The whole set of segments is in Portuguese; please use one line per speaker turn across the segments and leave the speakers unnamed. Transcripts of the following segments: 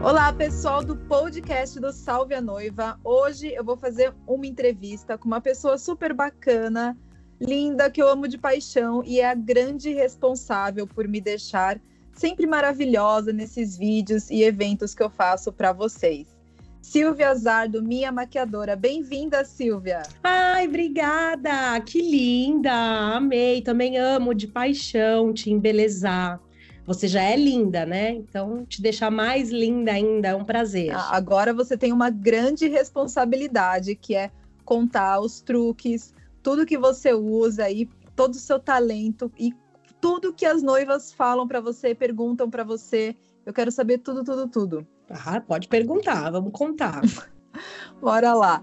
Olá, pessoal do podcast do Salve a Noiva. Hoje eu vou fazer uma entrevista com uma pessoa super bacana, linda, que eu amo de paixão e é a grande responsável por me deixar sempre maravilhosa nesses vídeos e eventos que eu faço para vocês. Silvia Zardo, minha maquiadora. Bem-vinda, Silvia.
Ai, obrigada! Que linda! Amei! Também amo de paixão te embelezar. Você já é linda, né? Então, te deixar mais linda ainda é um prazer.
Agora você tem uma grande responsabilidade, que é contar os truques, tudo que você usa aí, todo o seu talento e tudo que as noivas falam para você, perguntam para você. Eu quero saber tudo.
Ah, pode perguntar, vamos contar.
Bora lá.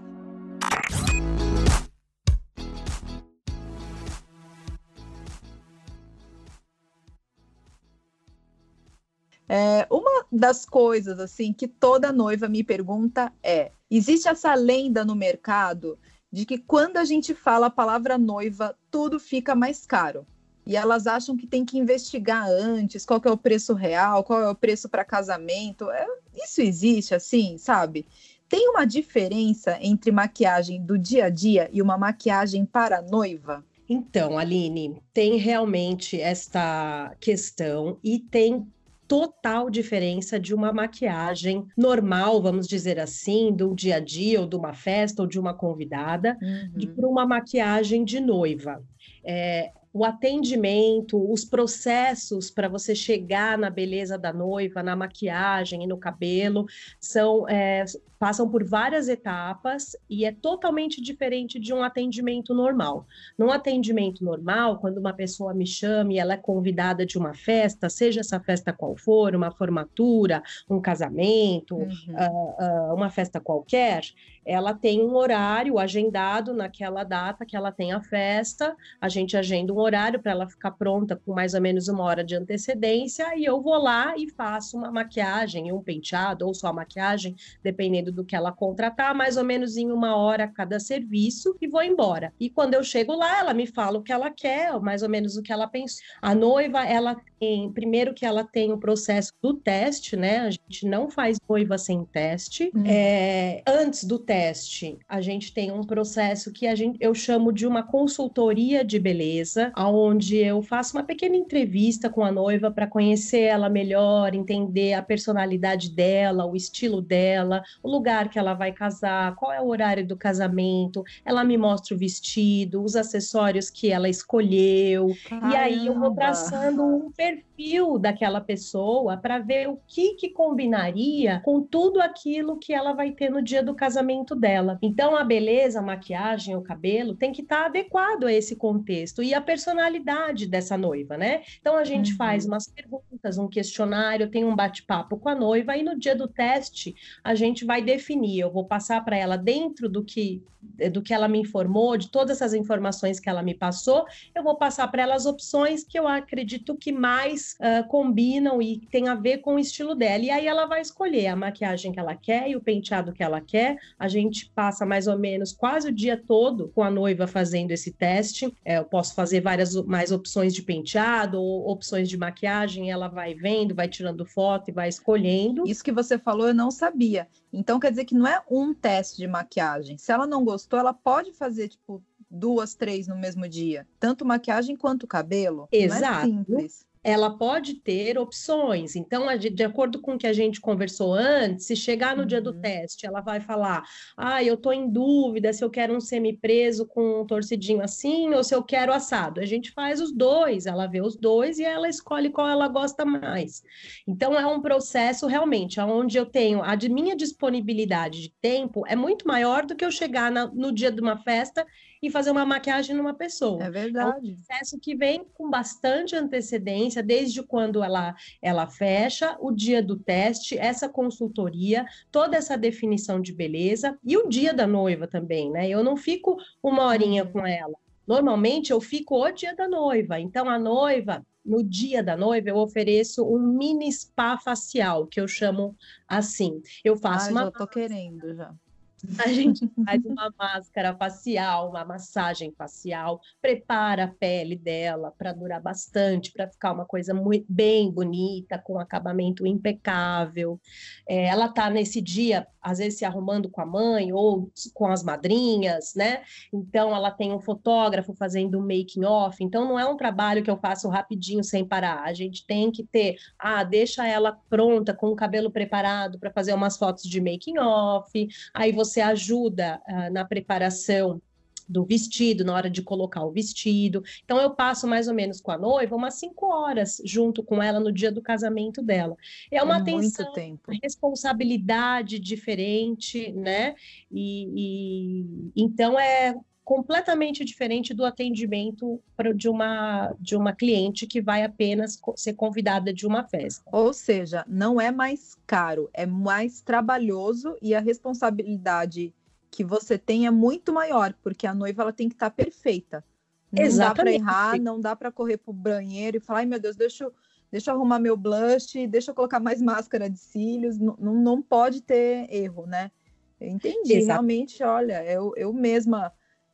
Uma das coisas assim que toda noiva me pergunta é: existe essa lenda no mercado de que quando a gente fala a palavra noiva, tudo fica mais caro. E elas acham que tem que investigar antes qual que é o preço real, qual é o preço para casamento. Isso existe assim, sabe? Tem uma diferença entre maquiagem do dia a dia e uma maquiagem para noiva?
Então, Aline, tem realmente esta questão e tem total diferença de uma maquiagem normal, vamos dizer assim, do dia a dia, ou de uma festa, ou de uma convidada, para uma maquiagem de noiva. O atendimento, os processos para você chegar na beleza da noiva, na maquiagem e no cabelo, passam por várias etapas e é totalmente diferente de um atendimento normal. Num atendimento normal, quando uma pessoa me chama e ela é convidada de uma festa, seja essa festa qual for, uma formatura, um casamento, uma festa qualquer, ela tem um horário agendado naquela data que ela tem a festa, a gente agenda um horário para ela ficar pronta com mais ou menos 1 hora de antecedência e eu vou lá e faço uma maquiagem, um penteado ou só a maquiagem, dependendo do que ela contratar, mais ou menos em 1 hora cada serviço e vou embora. E quando eu chego lá, ela me fala o que ela quer, mais ou menos o que ela pensou. A noiva, ela tem, primeiro que ela tem o processo do teste, né? A gente não faz noiva sem teste. Antes do teste, a gente tem um processo que eu chamo de uma consultoria de beleza, onde eu faço uma pequena entrevista com a noiva para conhecer ela melhor, entender a personalidade dela, o estilo dela, o lugar que ela vai casar, qual é o horário do casamento, ela me mostra o vestido, os acessórios que ela escolheu. Caramba. E aí eu vou traçando um perfil daquela pessoa para ver o que combinaria com tudo aquilo que ela vai ter no dia do casamento dela. Então a beleza, a maquiagem, o cabelo tem que estar adequado a esse contexto e a personalidade dessa noiva, né? Então a gente faz umas perguntas, um questionário, tem um bate-papo com a noiva e no dia do teste a gente vai definir, eu vou passar para ela dentro do que ela me informou, de todas essas informações que ela me passou, eu vou passar para ela as opções que eu acredito que mais combinam e tem a ver com o estilo dela. E aí ela vai escolher a maquiagem que ela quer e o penteado que ela quer. A gente passa mais ou menos quase o dia todo com a noiva fazendo esse teste. Eu posso fazer várias mais opções de penteado ou opções de maquiagem, ela vai vendo, vai tirando foto e vai escolhendo.
Isso que você falou eu não sabia. Então quer dizer que não é um teste de maquiagem. Se ela não gostou, ela pode fazer, 2, 3 no mesmo dia. Tanto maquiagem quanto cabelo.
Exato.
Não é simples.
Ela pode ter opções. Então, de acordo com o que a gente conversou antes, se chegar no dia do teste, ela vai falar: eu estou em dúvida se eu quero um semi-preso com um torcidinho assim ou se eu quero assado. A gente faz os dois, ela vê os dois e ela escolhe qual ela gosta mais. Então, é um processo realmente onde eu tenho minha disponibilidade de tempo é muito maior do que eu chegar no dia de uma festa e fazer uma maquiagem numa pessoa.
É verdade.
É um processo que vem com bastante antecedência, desde quando ela fecha, o dia do teste, essa consultoria, toda essa definição de beleza e o dia da noiva também, né? Eu não fico 1 horinha com ela. Normalmente eu fico o dia da noiva. Então a noiva, no dia da noiva, eu ofereço um mini spa facial, que eu chamo assim. Eu faço
já tô querendo já.
A gente faz uma máscara facial, uma massagem facial, prepara a pele dela para durar bastante, para ficar uma coisa muito, bem bonita, com acabamento impecável. Ela está nesse dia, às vezes, se arrumando com a mãe ou com as madrinhas, né? Então, ela tem um fotógrafo fazendo um making off. Então, não é um trabalho que eu faço rapidinho, sem parar. A gente tem que ter, deixa ela pronta, com o cabelo preparado para fazer umas fotos de making off. Aí você ajuda na preparação do vestido, na hora de colocar o vestido. Então, eu passo mais ou menos com a noiva umas 5 horas junto com ela no dia do casamento dela. É uma
muito
atenção,
tempo.
uma responsabilidade diferente, né? Então é completamente diferente do atendimento de uma cliente que vai apenas ser convidada de uma festa.
Ou seja, não é mais caro, é mais trabalhoso e a responsabilidade que você tem é muito maior, porque a noiva ela tem que estar perfeita. Não
Exatamente.
dá para errar, não dá para correr para o banheiro e falar, ai meu Deus, deixa eu arrumar meu blush, deixa eu colocar mais máscara de cílios, não pode ter erro, né? Eu entendi, realmente, olha, eu mesma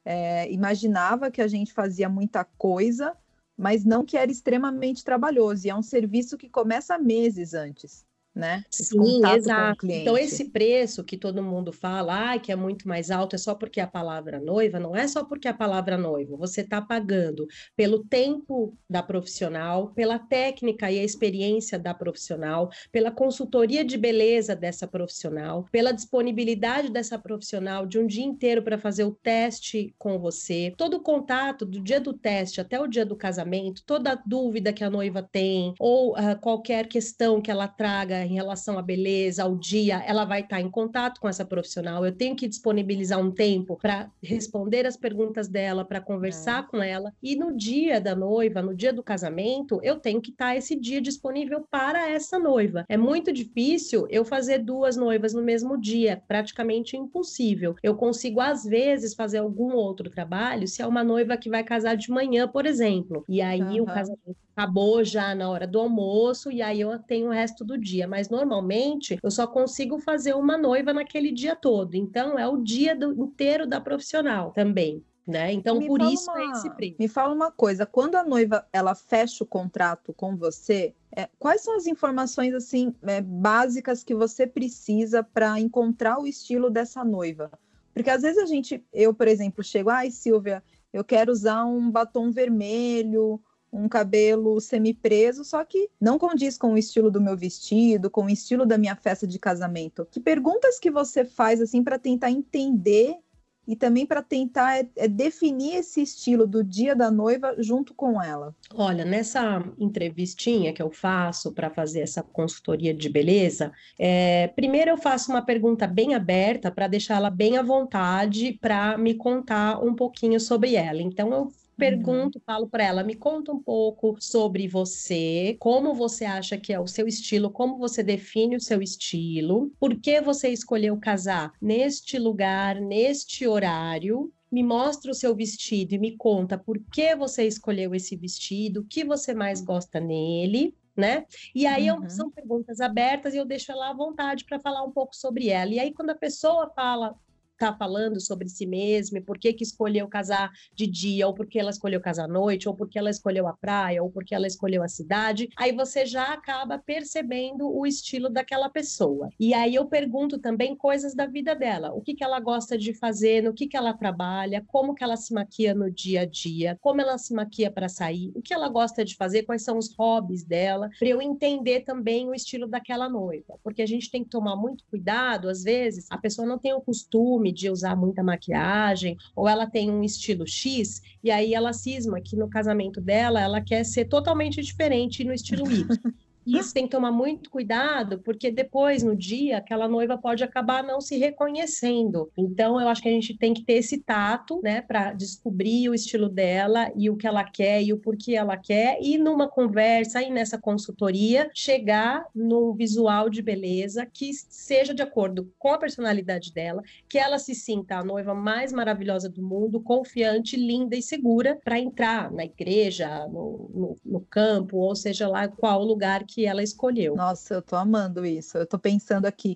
imaginava que a gente fazia muita coisa, mas não que era extremamente trabalhoso, e é um serviço que começa meses antes, né? Esse
Sim,
contato
exato.
com o cliente.
Então, esse preço que todo mundo fala, que é muito mais alto, é só porque a palavra noiva, não é só porque a palavra noiva. Você está pagando pelo tempo da profissional, pela técnica e a experiência da profissional, pela consultoria de beleza dessa profissional, pela disponibilidade dessa profissional de um dia inteiro para fazer o teste com você, todo o contato do dia do teste até o dia do casamento, toda dúvida que a noiva tem, ou qualquer questão que ela traga em relação à beleza, ao dia, ela vai estar em contato com essa profissional. Eu tenho que disponibilizar um tempo para responder as perguntas dela, para conversar com ela. E no dia da noiva, no dia do casamento, eu tenho que estar esse dia disponível para essa noiva. É muito difícil eu fazer 2 noivas no mesmo dia, praticamente impossível. Eu consigo, às vezes, fazer algum outro trabalho se é uma noiva que vai casar de manhã, por exemplo. E aí o casamento acabou já na hora do almoço, e aí eu tenho o resto do dia. Mas normalmente eu só consigo fazer uma noiva naquele dia todo. Então é o dia inteiro da profissional também, né? Então por isso é esse preço.
Me fala uma coisa, quando a noiva ela fecha o contrato com você, quais são as informações assim básicas que você precisa para encontrar o estilo dessa noiva? Porque às vezes eu, por exemplo, chego, Silvia, eu quero usar um batom vermelho, um cabelo semi-preso, só que não condiz com o estilo do meu vestido, com o estilo da minha festa de casamento. Que perguntas que você faz assim para tentar entender e também para tentar definir esse estilo do dia da noiva junto com ela?
Olha, nessa entrevistinha que eu faço para fazer essa consultoria de beleza, primeiro eu faço uma pergunta bem aberta para deixar ela bem à vontade para me contar um pouquinho sobre ela. Então, eu pergunto, falo para ela, me conta um pouco sobre você, como você acha que é o seu estilo, como você define o seu estilo, por que você escolheu casar neste lugar, neste horário. Me mostra o seu vestido e me conta por que você escolheu esse vestido, o que você mais gosta nele, né? E aí são perguntas abertas e eu deixo ela à vontade para falar um pouco sobre ela. E aí quando a pessoa está falando sobre si mesma, por que escolheu casar de dia, ou por que ela escolheu casar à noite, ou por que ela escolheu a praia, ou por que ela escolheu a cidade, aí você já acaba percebendo o estilo daquela pessoa. E aí eu pergunto também coisas da vida dela, o que ela gosta de fazer, no que ela trabalha, como que ela se maquia no dia a dia, como ela se maquia para sair, o que ela gosta de fazer, quais são os hobbies dela, para eu entender também o estilo daquela noiva, porque a gente tem que tomar muito cuidado, às vezes a pessoa não tem o costume de usar muita maquiagem, ou ela tem um estilo X, e aí ela cisma que no casamento dela ela quer ser totalmente diferente no estilo Y. Isso tem que tomar muito cuidado, porque depois, no dia, aquela noiva pode acabar não se reconhecendo. Então, eu acho que a gente tem que ter esse tato, né, para descobrir o estilo dela e o que ela quer e o porquê ela quer, e numa conversa e nessa consultoria, chegar num visual de beleza que seja de acordo com a personalidade dela, que ela se sinta a noiva mais maravilhosa do mundo, confiante, linda e segura para entrar na igreja, no campo, ou seja lá qual lugar que ela escolheu.
Nossa, eu tô amando isso. Eu tô pensando aqui,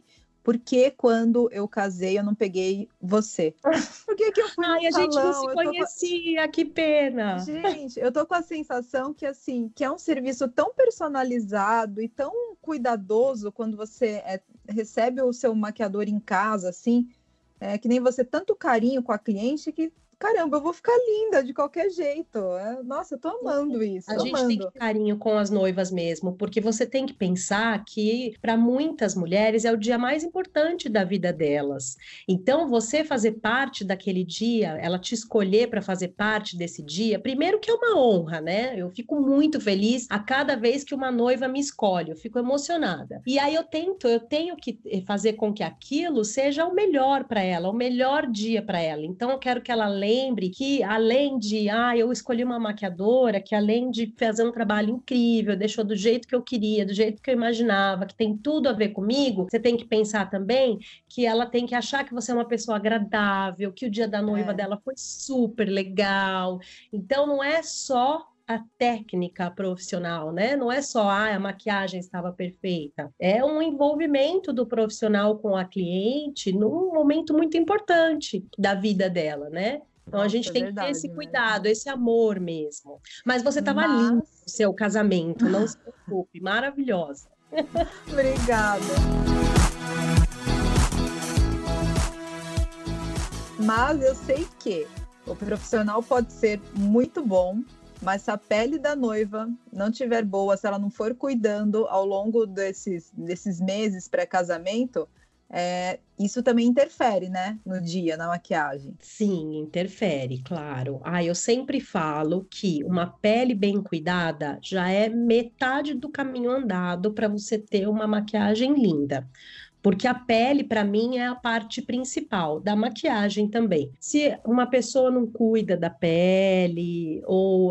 por que quando eu casei eu não peguei você? Por que que eu fui no
Ai, a gente não se
salão?
conhecia, que pena.
Gente, eu tô com a sensação que, assim, que é um serviço tão personalizado e tão cuidadoso quando você recebe o seu maquiador em casa, assim, que nem você, tanto carinho com a cliente que, caramba, eu vou ficar linda de qualquer jeito. Nossa, eu tô amando isso,
A
tô
gente tem que
amando.
ter carinho com as noivas mesmo, porque você tem que pensar que para muitas mulheres é o dia mais importante da vida delas. Então, você fazer parte daquele dia, ela te escolher para fazer parte desse dia, primeiro que é uma honra, né? Eu fico muito feliz a cada vez que uma noiva me escolhe, eu fico emocionada. E aí eu tenho que fazer com que aquilo seja o melhor para ela, o melhor dia para ela. Então, eu quero que ela lembre que além de, eu escolhi uma maquiadora que além de fazer um trabalho incrível, deixou do jeito que eu queria, do jeito que eu imaginava, que tem tudo a ver comigo, você tem que pensar também que ela tem que achar que você é uma pessoa agradável, que o dia da noiva dela foi super legal. Então, não é só a técnica profissional, né? Não é só, a maquiagem estava perfeita. É um envolvimento do profissional com a cliente num momento muito importante da vida dela, né? Então, a gente tem que ter esse cuidado, esse amor mesmo. Mas você estava linda no seu casamento, não se preocupe, maravilhosa.
Obrigada. Mas eu sei que o profissional pode ser muito bom, mas se a pele da noiva não tiver boa, se ela não for cuidando ao longo desses meses pré-casamento, isso também interfere, né, no dia, na maquiagem.
Sim, interfere, claro. Eu sempre falo que uma pele bem cuidada já é metade do caminho andado para você ter uma maquiagem linda. Porque a pele, para mim, é a parte principal da maquiagem também. Se uma pessoa não cuida da pele, ou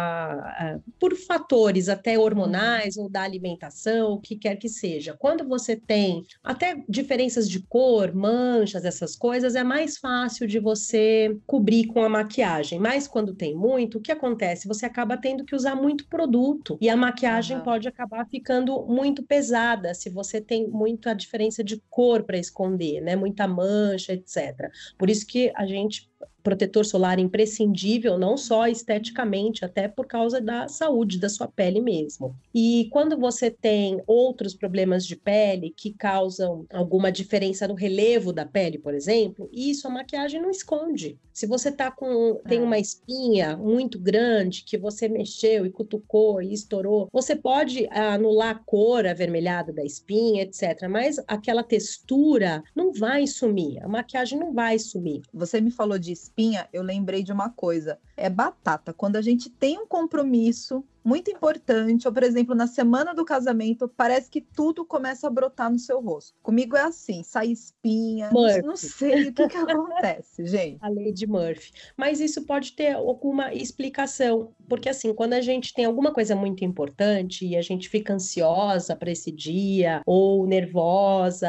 ela, por fatores até hormonais, ou da alimentação, o que quer que seja, quando você tem até diferenças de cor, manchas, essas coisas, é mais fácil de você cobrir com a maquiagem. Mas quando tem muito, o que acontece? Você acaba tendo que usar muito produto, e a maquiagem pode acabar ficando muito pesada, se você tem muita diferença de cor para esconder, né? Muita mancha, etc. Por isso que protetor solar é imprescindível, não só esteticamente, até por causa da saúde da sua pele mesmo. E quando você tem outros problemas de pele que causam alguma diferença no relevo da pele, por exemplo, isso a maquiagem não esconde. Se você tem uma espinha muito grande que você mexeu e cutucou e estourou, você pode anular a cor avermelhada da espinha, etc. Mas aquela textura não vai sumir, a maquiagem não vai sumir.
Você me falou de espinha, eu lembrei de uma coisa. É batata. Quando a gente tem um compromisso muito importante, ou, por exemplo, na semana do casamento, parece que tudo começa a brotar no seu rosto. Comigo é assim, sai espinha, não sei o que acontece, gente.
A lei de Murphy. Mas isso pode ter alguma explicação, porque assim, quando a gente tem alguma coisa muito importante e a gente fica ansiosa para esse dia, ou nervosa,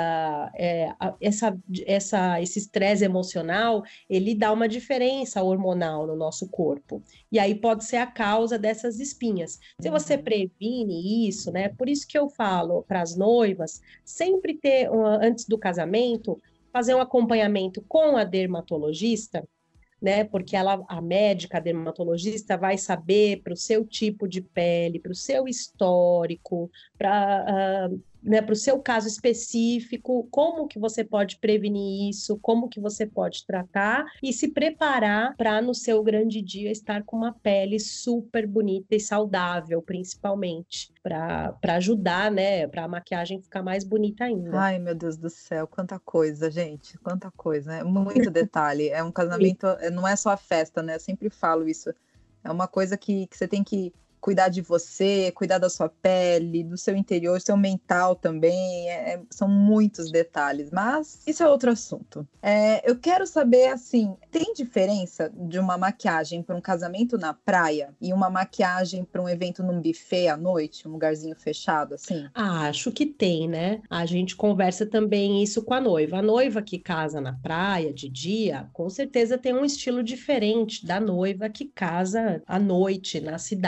esse estresse emocional, ele dá uma diferença hormonal no nosso corpo. E aí pode ser a causa dessas espinhas. Se você previne isso, né? Por isso que eu falo para as noivas sempre ter, antes do casamento, fazer um acompanhamento com a dermatologista, né? Porque a médica, a dermatologista, vai saber para o seu tipo de pele, para o seu histórico, para o seu caso específico, como que você pode prevenir isso, como que você pode tratar e se preparar para no seu grande dia estar com uma pele super bonita e saudável, principalmente, para ajudar, né, para a maquiagem ficar mais bonita ainda.
Ai, meu Deus do céu, quanta coisa, gente, quanta coisa, é muito detalhe. É um casamento, não é só a festa, né? Eu sempre falo isso. É uma coisa que você tem que cuidar de você, cuidar da sua pele, do seu interior, seu mental também, são muitos detalhes, mas isso é outro assunto. Eu quero saber, assim, tem diferença de uma maquiagem para um casamento na praia e uma maquiagem para um evento num buffet à noite, um lugarzinho fechado, assim?
Acho que tem, né? A gente conversa também isso com a noiva. A noiva que casa na praia de dia, com certeza tem um estilo diferente da noiva que casa à noite, na cidade,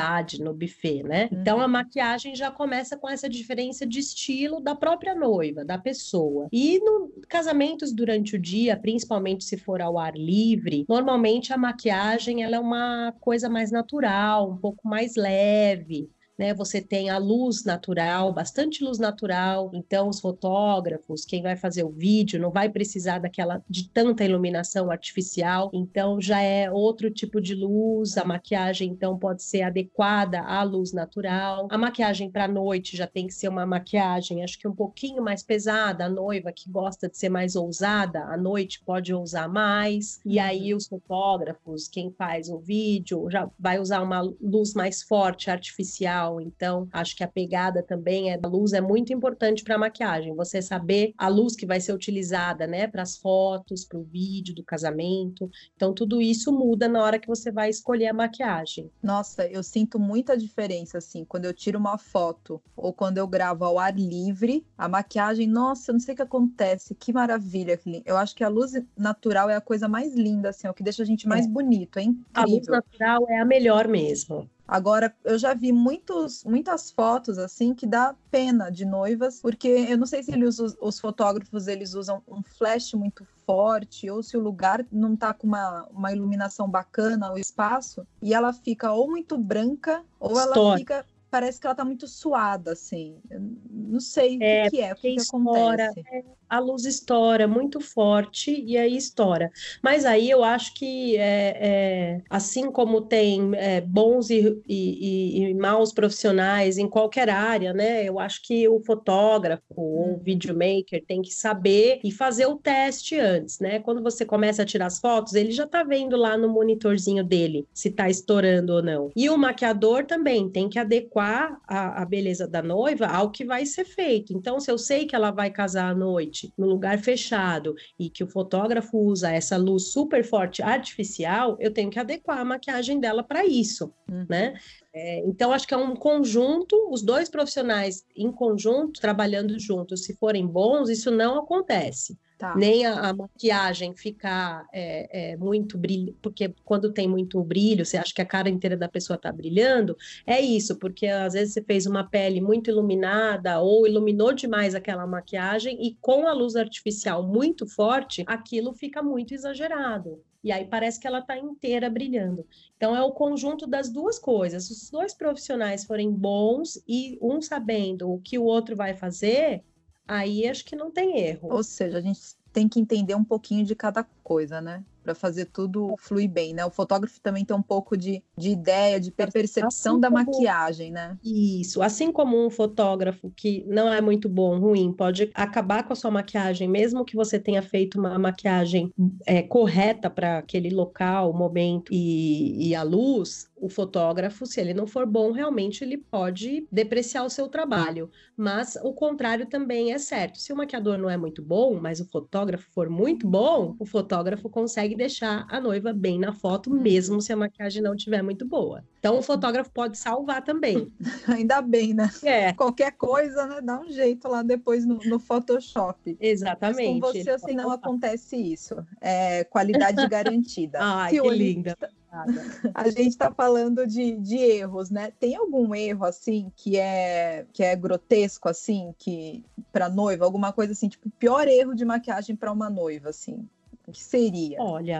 no buffet, né? Então a maquiagem já começa com essa diferença de estilo da própria noiva, da pessoa. E no casamentos durante o dia, principalmente se for ao ar livre, normalmente a maquiagem ela é uma coisa mais natural, um pouco mais leve. Né, você tem a luz natural, bastante luz natural, então os fotógrafos, quem vai fazer o vídeo, não vai precisar de tanta iluminação artificial, então já é outro tipo de luz, a maquiagem então pode ser adequada à luz natural. A maquiagem para a noite já tem que ser uma maquiagem, acho que um pouquinho mais pesada, a noiva que gosta de ser mais ousada, à noite pode ousar mais, e aí os fotógrafos, quem faz o vídeo, já vai usar uma luz mais forte, artificial. Então, acho que a pegada também da luz é muito importante para a maquiagem. Você saber a luz que vai ser utilizada, né, para as fotos, para o vídeo do casamento. Então, tudo isso muda na hora que você vai escolher a maquiagem.
Nossa, eu sinto muita diferença, assim, quando eu tiro uma foto ou quando eu gravo ao ar livre, a maquiagem, nossa, eu não sei o que acontece, que maravilha. Eu acho que a luz natural é a coisa mais linda, assim, é o que deixa a gente mais bonito, é incrível.
A luz natural é a melhor mesmo.
Agora, eu já vi muitas fotos, assim, que dá pena de noivas, porque eu não sei se os fotógrafos, eles usam um flash muito forte, ou se o lugar não tá com uma iluminação bacana, o espaço, e ela fica ou muito branca, ou ela fica... Parece que ela tá muito suada, assim. Eu não sei o que acontece.
A luz estoura muito forte e aí estoura. Mas aí eu acho que, assim como tem bons e maus profissionais em qualquer área, né? Eu acho que o fotógrafo ou o videomaker tem que saber e fazer o teste antes, né? Quando você começa a tirar as fotos, ele já tá vendo lá no monitorzinho dele se tá estourando ou não. E o maquiador também tem que adequar a beleza da noiva ao que vai ser feito. Então, se eu sei que ela vai casar à noite, no lugar fechado, e que o fotógrafo usa essa luz super forte artificial, eu tenho que adequar a maquiagem dela para isso, né? Então, acho que é um conjunto, os dois profissionais em conjunto, trabalhando juntos, se forem bons, isso não acontece. Tá. Nem a maquiagem ficar muito brilho, porque quando tem muito brilho, você acha que a cara inteira da pessoa está brilhando, é isso, porque às vezes você fez uma pele muito iluminada ou iluminou demais aquela maquiagem e com a luz artificial muito forte, aquilo fica muito exagerado. E aí parece que ela está inteira brilhando. Então é o conjunto das duas coisas. Se os dois profissionais forem bons e um sabendo o que o outro vai fazer, aí acho que não tem erro.
Ou seja, a gente tem que entender um pouquinho de cada coisa, né? Para fazer tudo fluir bem, né? O fotógrafo também tem um pouco de ideia, de percepção assim da maquiagem, né?
Isso. Assim como um fotógrafo que não é muito bom, ruim, pode acabar com a sua maquiagem, mesmo que você tenha feito uma maquiagem correta para aquele local, momento e a luz, o fotógrafo, se ele não for bom, realmente ele pode depreciar o seu trabalho. Mas o contrário também é certo. Se o maquiador não é muito bom, mas o fotógrafo for muito bom, o fotógrafo consegue deixar a noiva bem na foto, mesmo se a maquiagem não estiver muito boa. Então, o fotógrafo pode salvar também.
Ainda bem, né? Qualquer coisa, né? Dá um jeito lá depois no Photoshop.
Exatamente.
Mas com você, assim, não acontece isso. Qualidade garantida.
Ai, que linda.
A gente está falando de erros, né? Tem algum erro, assim, que é grotesco, assim, que para noiva, alguma coisa assim, tipo, pior erro de maquiagem para uma noiva, assim? O que seria?
Olha,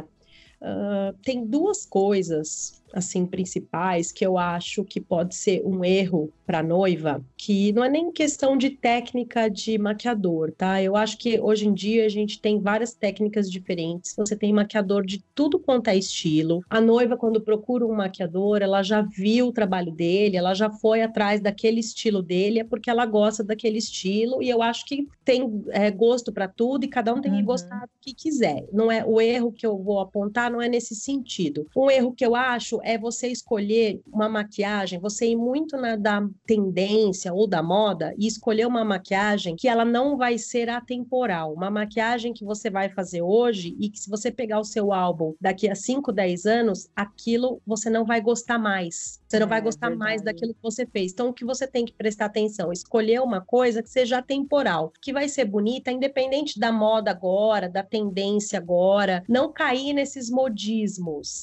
tem duas coisas assim principais que eu acho que pode ser um erro para noiva, que não é nem questão de técnica de maquiador, tá? Eu acho que hoje em dia a gente tem várias técnicas diferentes. Você tem maquiador de tudo quanto é estilo. A noiva, quando procura um maquiador, ela já viu o trabalho dele, ela já foi atrás daquele estilo dele, é porque ela gosta daquele estilo, e eu acho que tem gosto para tudo e cada um tem que gostar do que quiser. Não é o erro que eu vou apontar, não é nesse sentido. Um erro que eu acho é você escolher uma maquiagem, você ir muito da tendência ou da moda e escolher uma maquiagem que ela não vai ser atemporal. Uma maquiagem que você vai fazer hoje e que se você pegar o seu álbum daqui a 5, 10 anos, aquilo você não vai gostar mais. Você não vai gostar mais daquilo que você fez. Então, o que você tem que prestar atenção? Escolher uma coisa que seja atemporal, que vai ser bonita, independente da moda agora, da tendência agora. Não cair nesses modismos.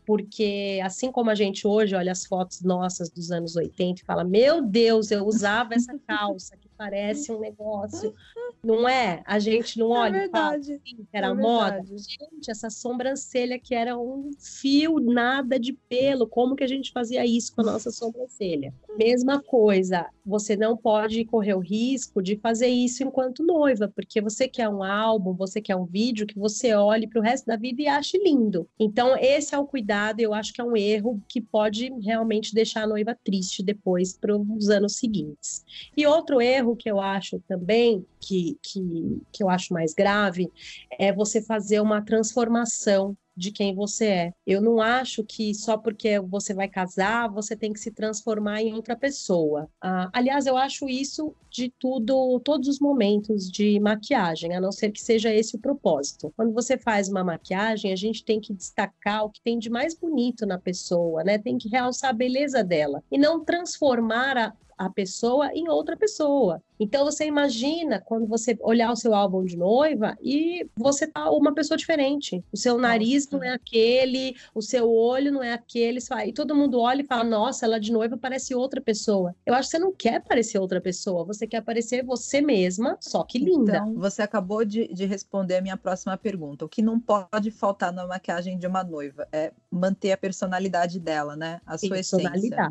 porque assim como a gente hoje olha as fotos nossas dos anos 80 e fala, meu Deus, eu usava essa calça que parece um negócio, não é? A gente não olha e fala assim, que era moda. Gente, essa sobrancelha que era um fio, nada de pelo, como que a gente fazia isso com a nossa sobrancelha? Mesma coisa, você não pode correr o risco de fazer isso enquanto noiva, porque você quer um álbum, você quer um vídeo que você olhe para o resto da vida e ache lindo. Então, esse é o cuidado, eu acho que é um erro que pode realmente deixar a noiva triste depois para os anos seguintes. E outro erro que eu acho também, que eu acho mais grave, é você fazer uma transformação de quem você é. Eu não acho que só porque você vai casar, você tem que se transformar em outra pessoa. Aliás, eu acho isso de todos os momentos de maquiagem, a não ser que seja esse o propósito. Quando você faz uma maquiagem, a gente tem que destacar o que tem de mais bonito na pessoa, né? Tem que realçar a beleza dela e não transformar a pessoa em outra pessoa. Então, você imagina quando você olhar o seu álbum de noiva e você tá uma pessoa diferente. O seu nariz não é aquele, o seu olho não é aquele. E todo mundo olha e fala, nossa, ela de noiva parece outra pessoa. Eu acho que você não quer parecer outra pessoa, você quer parecer você mesma, só que linda.
Então, você acabou de responder a minha próxima pergunta. O que não pode faltar na maquiagem de uma noiva é manter a personalidade dela, né? A sua essência.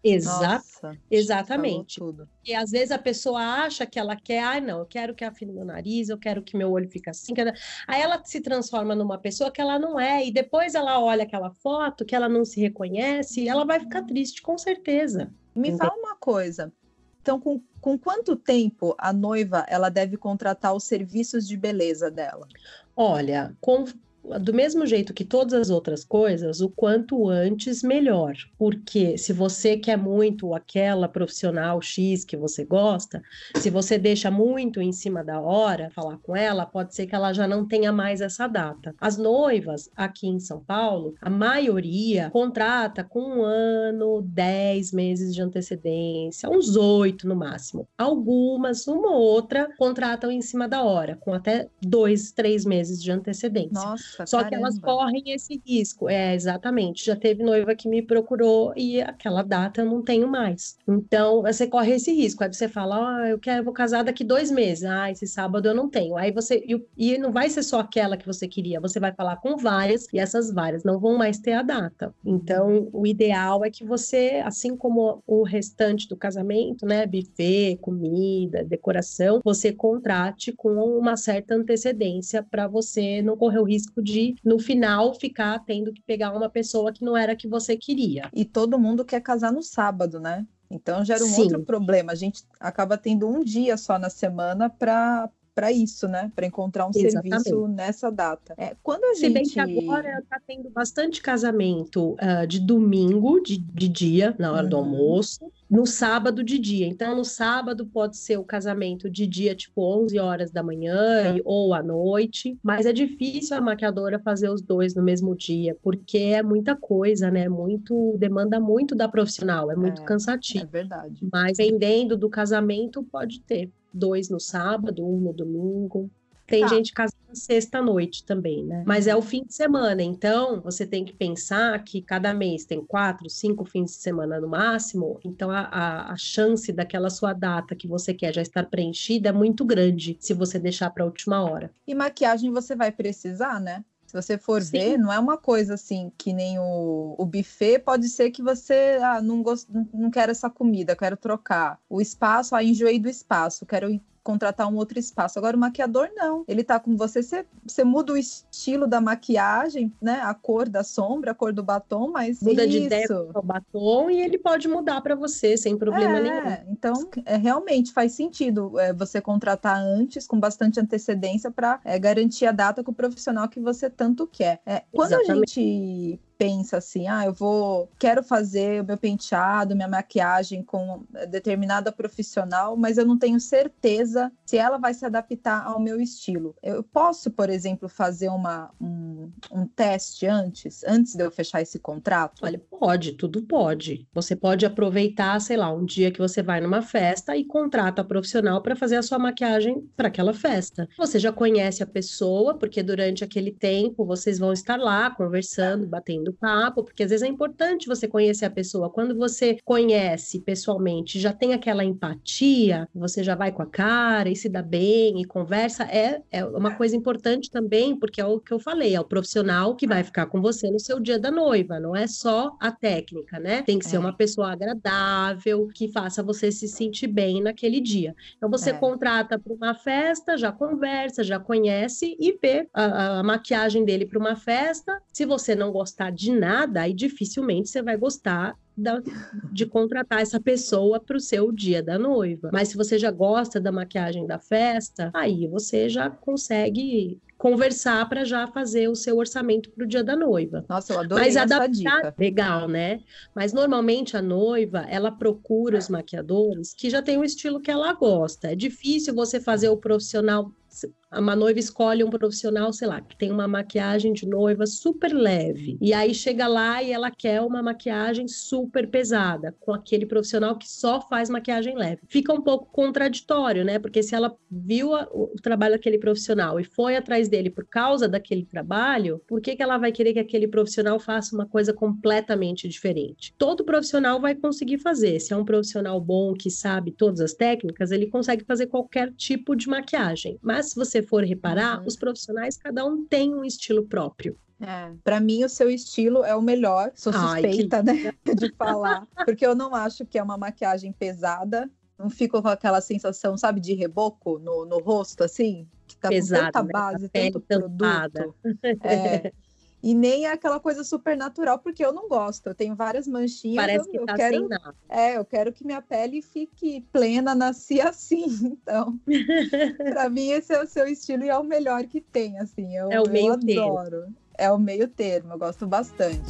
Nossa,
exatamente.
Tudo.
E às vezes a pessoa acha que ela quer, não, eu quero que afine meu nariz, eu quero que meu olho fique assim. Aí ela se transforma numa pessoa que ela não é, e depois ela olha aquela foto que ela não se reconhece, e ela vai ficar triste, com certeza.
Me fala uma coisa. Então, com quanto tempo a noiva ela deve contratar os serviços de beleza dela?
Olha, do mesmo jeito que todas as outras coisas, o quanto antes, melhor. Porque se você quer muito aquela profissional X que você gosta, se você deixa muito em cima da hora falar com ela, pode ser que ela já não tenha mais essa data. As noivas aqui em São Paulo, a maioria contrata com 1 ano, 10 meses de antecedência, uns 8 no máximo. Algumas, uma ou outra, contratam em cima da hora, com até 2, 3 meses de antecedência.
Nossa.
Só que elas correm esse risco. Exatamente. Já teve noiva que me procurou e aquela data eu não tenho mais. Então, você corre esse risco. Aí você fala, vou casar daqui 2 meses. Esse sábado eu não tenho. Aí e não vai ser só aquela que você queria. Você vai falar com várias e essas várias não vão mais ter a data. Então, o ideal é que você, assim como o restante do casamento, né, buffet, comida, decoração, você contrate com uma certa antecedência para você não correr o risco de, no final, ficar tendo que pegar uma pessoa que não era a que você queria.
E todo mundo quer casar no sábado, né? Então gera um outro problema. A gente acaba tendo um dia só na semana para isso, né? Para encontrar um serviço nessa data.
Se bem que agora está tendo bastante casamento de domingo, de dia, na hora do almoço, no sábado de dia. Então, no sábado pode ser o casamento de dia, tipo 11 horas da manhã ou à noite, mas é difícil a maquiadora fazer os dois no mesmo dia, porque é muita coisa, né? Demanda muito da profissional, é muito cansativo.
É verdade.
Mas dependendo do casamento, pode ter 2 no sábado, 1 no domingo. Tem gente casando sexta-noite também, né? Mas é o fim de semana, então você tem que pensar que cada mês tem 4, 5 fins de semana no máximo, então a chance daquela sua data que você quer já estar preenchida é muito grande, se você deixar para a última hora.
E maquiagem você vai precisar, né? Se você for ver, não é uma coisa assim que nem o buffet, pode ser que você não quer essa comida, quero trocar. O espaço, enjoei do espaço, quero contratar um outro espaço. Agora o maquiador não, ele tá com você, você muda o estilo da maquiagem, né? A cor da sombra, a cor do batom, mas
muda de ideia do batom e ele pode mudar para você sem problema nenhum.
Então realmente faz sentido você contratar antes com bastante antecedência para garantir a data com o profissional que você tanto quer. Quando a gente pensa assim, quero fazer o meu penteado, minha maquiagem com determinada profissional, mas eu não tenho certeza se ela vai se adaptar ao meu estilo. Eu posso, por exemplo, fazer um teste antes de eu fechar esse contrato?
Olha, tudo pode. Você pode aproveitar, sei lá, um dia que você vai numa festa e contrata a profissional para fazer a sua maquiagem para aquela festa. Você já conhece a pessoa, porque durante aquele tempo vocês vão estar lá conversando, batendo papo, porque às vezes é importante você conhecer a pessoa. Quando você conhece pessoalmente, já tem aquela empatia, você já vai com a cara e se dá bem e conversa, é uma coisa importante também, porque é o que eu falei, é o profissional que vai ficar com você no seu dia da noiva, não é só a técnica, né? Tem que ser uma pessoa agradável, que faça você se sentir bem naquele dia. Então você contrata para uma festa, já conversa, já conhece e vê a maquiagem dele para uma festa. Se você não gostar de nada, aí dificilmente você vai gostar de contratar essa pessoa para o seu dia da noiva. Mas se você já gosta da maquiagem da festa, aí você já consegue conversar para já fazer o seu orçamento para o dia da noiva.
Nossa, eu adorei essa dica.
Legal, né? Mas normalmente a noiva, ela procura os maquiadores que já tem o estilo que ela gosta. É difícil você fazer o profissional. Uma noiva escolhe um profissional, sei lá, que tem uma maquiagem de noiva super leve. E aí chega lá e ela quer uma maquiagem super pesada, com aquele profissional que só faz maquiagem leve. Fica um pouco contraditório, né? Porque se ela viu o trabalho daquele profissional e foi atrás dele por causa daquele trabalho, por que ela vai querer que aquele profissional faça uma coisa completamente diferente? Todo profissional vai conseguir fazer. Se é um profissional bom que sabe todas as técnicas, ele consegue fazer qualquer tipo de maquiagem. Mas se você for reparar, os profissionais, cada um tem um estilo próprio.
Para mim, o seu estilo é o melhor. Sou suspeita, né, de falar. Porque eu não acho que é uma maquiagem pesada. Não fico com aquela sensação, sabe, de reboco no rosto, assim? Que tá pesado, com tanta base, tanto produto. E nem é aquela coisa super natural, porque eu não gosto. Eu tenho várias manchinhas.
Parece que tá sem nada.
Eu quero que minha pele fique plena, nasci assim. Então, para mim, esse é o seu estilo e é o melhor que tem, assim. Eu adoro. É o meio termo, eu gosto bastante.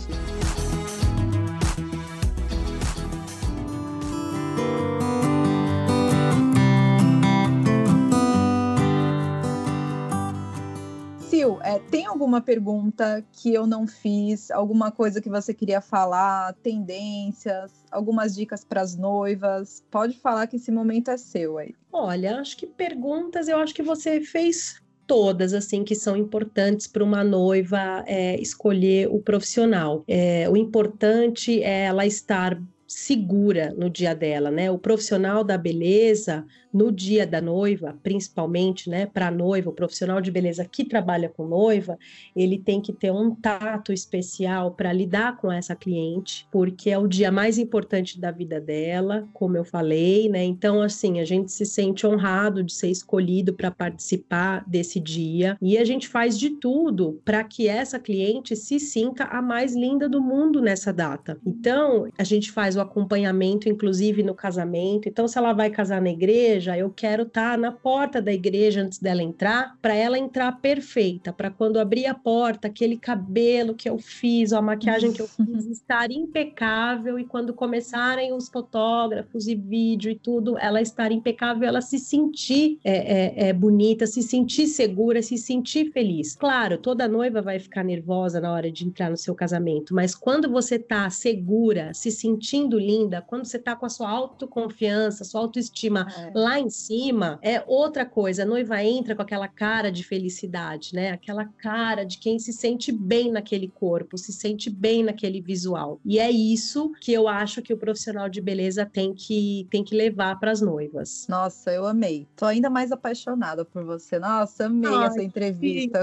Sil, tem alguma pergunta que eu não fiz? Alguma coisa que você queria falar? Tendências? Algumas dicas para as noivas? Pode falar que esse momento é seu aí.
Olha, acho que perguntas, eu acho que você fez todas, assim, que são importantes para uma noiva escolher o profissional. O importante é ela estar segura no dia dela, né? O profissional da beleza, no dia da noiva, principalmente, né, para a noiva, o profissional de beleza que trabalha com noiva, ele tem que ter um tato especial para lidar com essa cliente, porque é o dia mais importante da vida dela, como eu falei, né? Então, assim, a gente se sente honrado de ser escolhido para participar desse dia e a gente faz de tudo para que essa cliente se sinta a mais linda do mundo nessa data. Então, a gente faz o acompanhamento, inclusive no casamento. Então, se ela vai casar na igreja, eu quero estar na porta da igreja antes dela entrar, para ela entrar perfeita, para quando abrir a porta, aquele cabelo que eu fiz, a maquiagem que eu fiz, estar impecável, e quando começarem os fotógrafos e vídeo e tudo, ela estar impecável, ela se sentir bonita, se sentir segura, se sentir feliz. Claro, toda noiva vai ficar nervosa na hora de entrar no seu casamento, mas quando você tá segura, se sentindo linda, quando você tá com a sua autoconfiança, sua autoestima lá em cima, é outra coisa. A noiva entra com aquela cara de felicidade, né? Aquela cara de quem se sente bem naquele corpo, se sente bem naquele visual. E é isso que eu acho que o profissional de beleza tem que levar para as noivas.
Nossa, eu amei. Tô ainda mais apaixonada por você. Nossa, amei essa entrevista.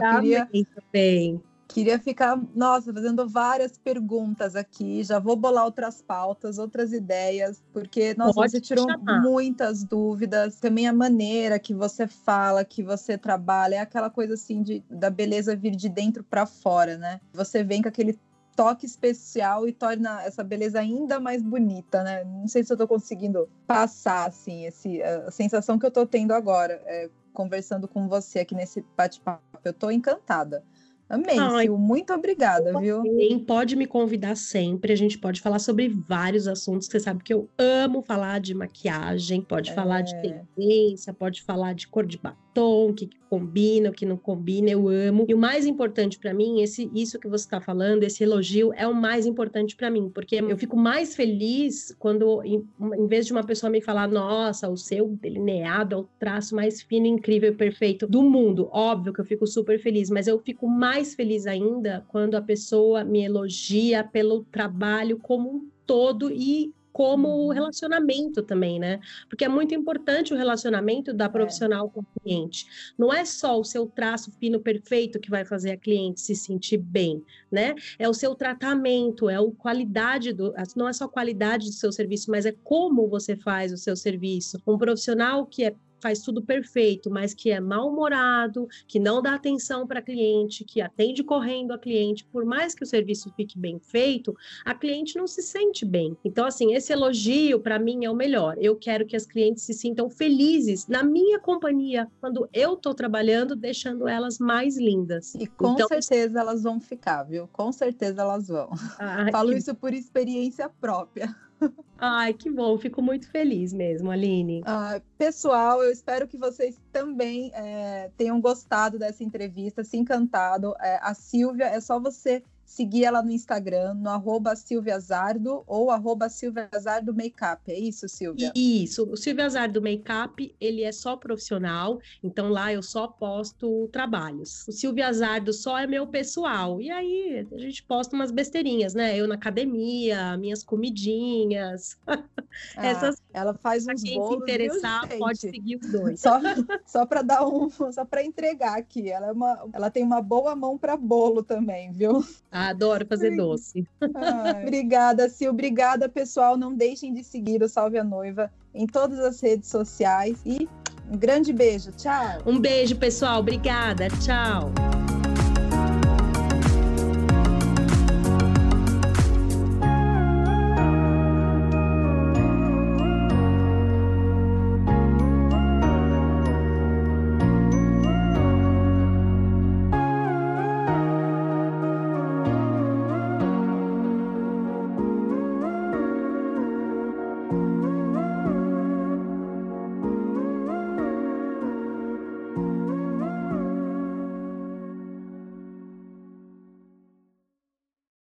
Queria ficar, fazendo várias perguntas aqui. Já vou bolar outras pautas, outras ideias, porque, você tirou muitas dúvidas. Também a maneira que você fala, que você trabalha, é aquela coisa assim da beleza vir de dentro para fora, né? Você vem com aquele toque especial e torna essa beleza ainda mais bonita, né? Não sei se eu tô conseguindo passar, assim, a sensação que eu tô tendo agora, conversando com você aqui nesse bate-papo. Eu tô encantada. Amei, Sil, muito obrigada, viu?
Pode me convidar sempre, a gente pode falar sobre vários assuntos, você sabe que eu amo falar de maquiagem, pode falar de tendência, pode falar de cor de batom, tom, o que combina, o que não combina, eu amo. E o mais importante para mim, isso que você está falando, esse elogio é o mais importante para mim, porque eu fico mais feliz quando, em vez de uma pessoa me falar, nossa, o seu delineado é o traço mais fino, incrível e perfeito do mundo. Óbvio que eu fico super feliz, mas eu fico mais feliz ainda quando a pessoa me elogia pelo trabalho como um todo e como o relacionamento também, né? Porque é muito importante o relacionamento da profissional com o cliente. Não é só o seu traço fino perfeito que vai fazer a cliente se sentir bem, né? É o seu tratamento, é a qualidade não é só a qualidade do seu serviço, mas é como você faz o seu serviço. Um profissional que faz tudo perfeito, mas que é mal-humorado, que não dá atenção para a cliente, que atende correndo a cliente, por mais que o serviço fique bem feito, a cliente não se sente bem. Então, assim, esse elogio, para mim, é o melhor. Eu quero que as clientes se sintam felizes na minha companhia, quando eu estou trabalhando, deixando elas mais lindas.
E com certeza elas vão ficar, viu? Com certeza elas vão. Falo isso por experiência própria.
Ai, que bom, fico muito feliz mesmo, Aline.
Pessoal, eu espero que vocês também tenham gostado dessa entrevista, se encantado. A Silvia, é só você seguir ela no Instagram, no @SilviaZardo ou @SilviaZardoMakeup. É isso, Silvia?
Isso. O Silvia Zardo Makeup, ele é só profissional, então lá eu só posto trabalhos. O Silvia Zardo só é meu pessoal. E aí a gente posta umas besteirinhas, né? Eu na academia, minhas comidinhas.
Ela faz uns
quem
bolos,
se interessar,
viu,
pode seguir os dois.
Só para dar só para entregar aqui. Ela tem uma boa mão para bolo também, viu?
Adoro fazer doce.
Obrigada, Sil. Obrigada, pessoal. Não deixem de seguir o Salve a Noiva em todas as redes sociais. E um grande beijo. Tchau.
Um beijo, pessoal. Obrigada. Tchau.